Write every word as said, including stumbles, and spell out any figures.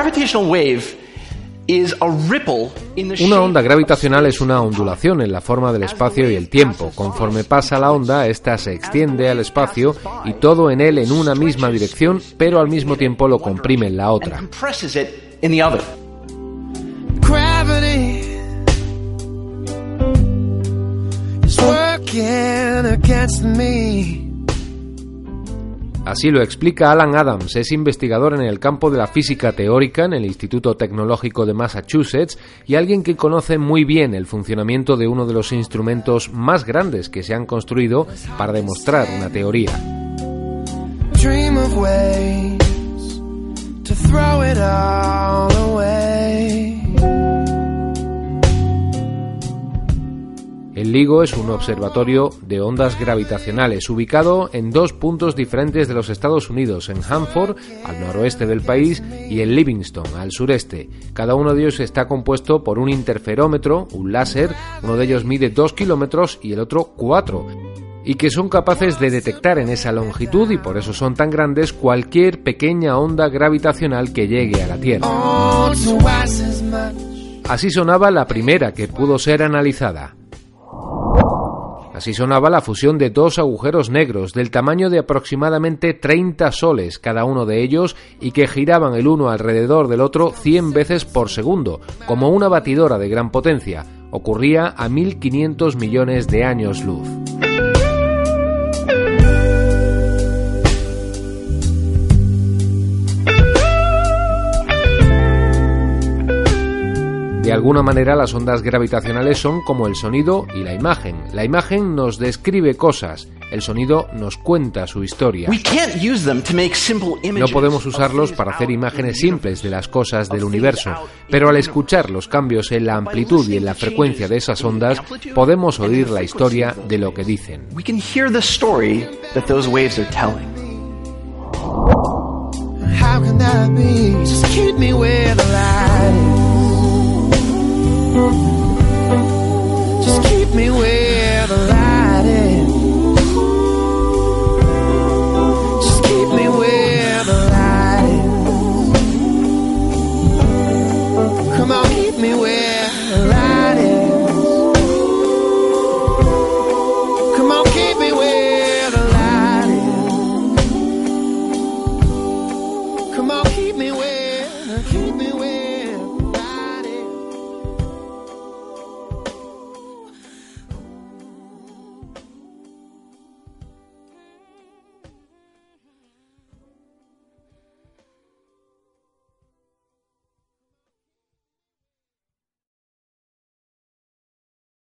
Una onda gravitacional es una ondulación en la forma del espacio y el tiempo. Conforme pasa la onda, esta se extiende al espacio y todo en él en una misma dirección, pero al mismo tiempo lo comprime en la otra. Así lo explica Alan Adams, es investigador en el campo de la física teórica en el Instituto Tecnológico de Massachusetts y alguien que conoce muy bien el funcionamiento de uno de los instrumentos más grandes que se han construido para demostrar una teoría. Dream of ways to throw it all away. El LIGO es un observatorio de ondas gravitacionales ubicado en dos puntos diferentes de los Estados Unidos, en Hanford, al noroeste del país, y en Livingston, al sureste. Cada uno de ellos está compuesto por un interferómetro, un láser, uno de ellos mide dos kilómetros y el otro cuatro, y que son capaces de detectar en esa longitud, y por eso son tan grandes, cualquier pequeña onda gravitacional que llegue a la Tierra. Así sonaba la primera que pudo ser analizada. Así sonaba la fusión de dos agujeros negros del tamaño de aproximadamente treinta soles cada uno de ellos y que giraban el uno alrededor del otro cien veces por segundo, como una batidora de gran potencia. Ocurría a mil quinientos millones de años luz. De alguna manera, las ondas gravitacionales son como el sonido y la imagen. La imagen nos describe cosas, el sonido nos cuenta su historia. No podemos usarlos para hacer imágenes simples de las cosas del universo, pero al escuchar los cambios en la amplitud y en la frecuencia de esas ondas, podemos oír la historia de lo que dicen. How can that be? Just keep me where